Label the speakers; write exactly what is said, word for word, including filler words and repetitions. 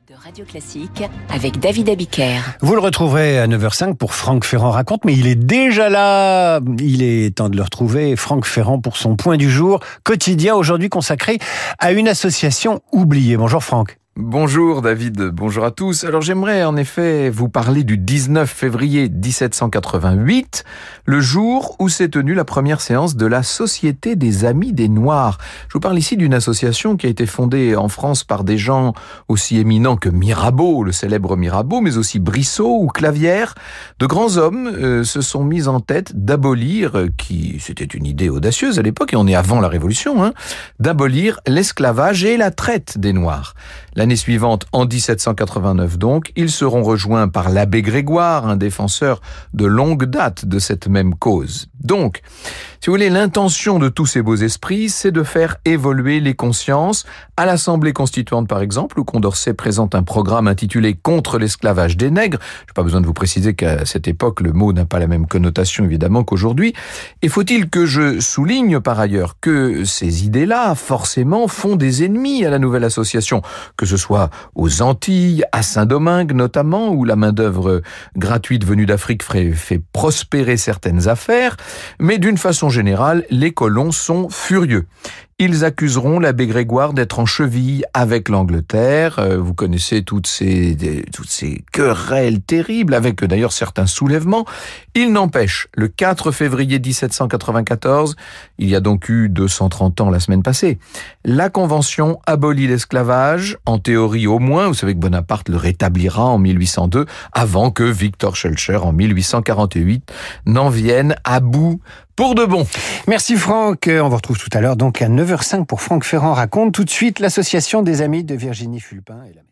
Speaker 1: De Radio Classique avec David Abiker.
Speaker 2: Vous le retrouverez à neuf heures cinq pour Franck Ferrand raconte, mais il est déjà là. Il est temps de le retrouver. Franck Ferrand pour son point du jour quotidien, aujourd'hui consacré à une association oubliée. Bonjour Franck.
Speaker 3: Bonjour David, bonjour à tous. Alors j'aimerais en effet vous parler du dix-neuf février dix-sept cent quatre-vingt-huit, le jour où s'est tenue la première séance de la Société des Amis des Noirs. Je vous parle ici d'une association qui a été fondée en France par des gens aussi éminents que Mirabeau, le célèbre Mirabeau, mais aussi Brissot ou Clavière. De grands hommes euh, se sont mis en tête d'abolir, euh, qui c'était une idée audacieuse à l'époque, et on est avant la Révolution, hein, d'abolir l'esclavage et la traite des Noirs. L'année suivante, en dix-sept cent quatre-vingt-neuf donc, ils seront rejoints par l'abbé Grégoire, un défenseur de longue date de cette même cause. Donc, si vous voulez, l'intention de tous ces beaux esprits, c'est de faire évoluer les consciences. À l'Assemblée constituante, par exemple, où Condorcet présente un programme intitulé « Contre l'esclavage des nègres ». Je n'ai pas besoin de vous préciser qu'à cette époque, le mot n'a pas la même connotation, évidemment, qu'aujourd'hui. Et faut-il que je souligne, par ailleurs, que ces idées-là, forcément, font des ennemis à la nouvelle association, que ce soit aux Antilles, à Saint-Domingue notamment, où la main-d'œuvre gratuite venue d'Afrique fait, fait prospérer certaines affaires. Mais d'une façon générale, les colons sont furieux. Ils accuseront l'abbé Grégoire d'être en cheville avec l'Angleterre. Euh, vous connaissez toutes ces, des, toutes ces querelles terribles, avec d'ailleurs certains soulèvements. Il n'empêche, le quatre février dix-sept cent quatre-vingt-quatorze, il y a donc eu deux cent trente ans la semaine passée, la Convention abolit l'esclavage, en théorie au moins. Vous savez que Bonaparte le rétablira en mille huit cent deux, avant que Victor Schœlcher, en mille huit cent quarante-huit, n'en vienne à bout pour de bon.
Speaker 2: Merci Franck. On vous retrouve tout à l'heure donc à neuf heures cinq pour Franck Ferrand raconte. Tout de suite, l'association des Amis de Virginie Fulpin et la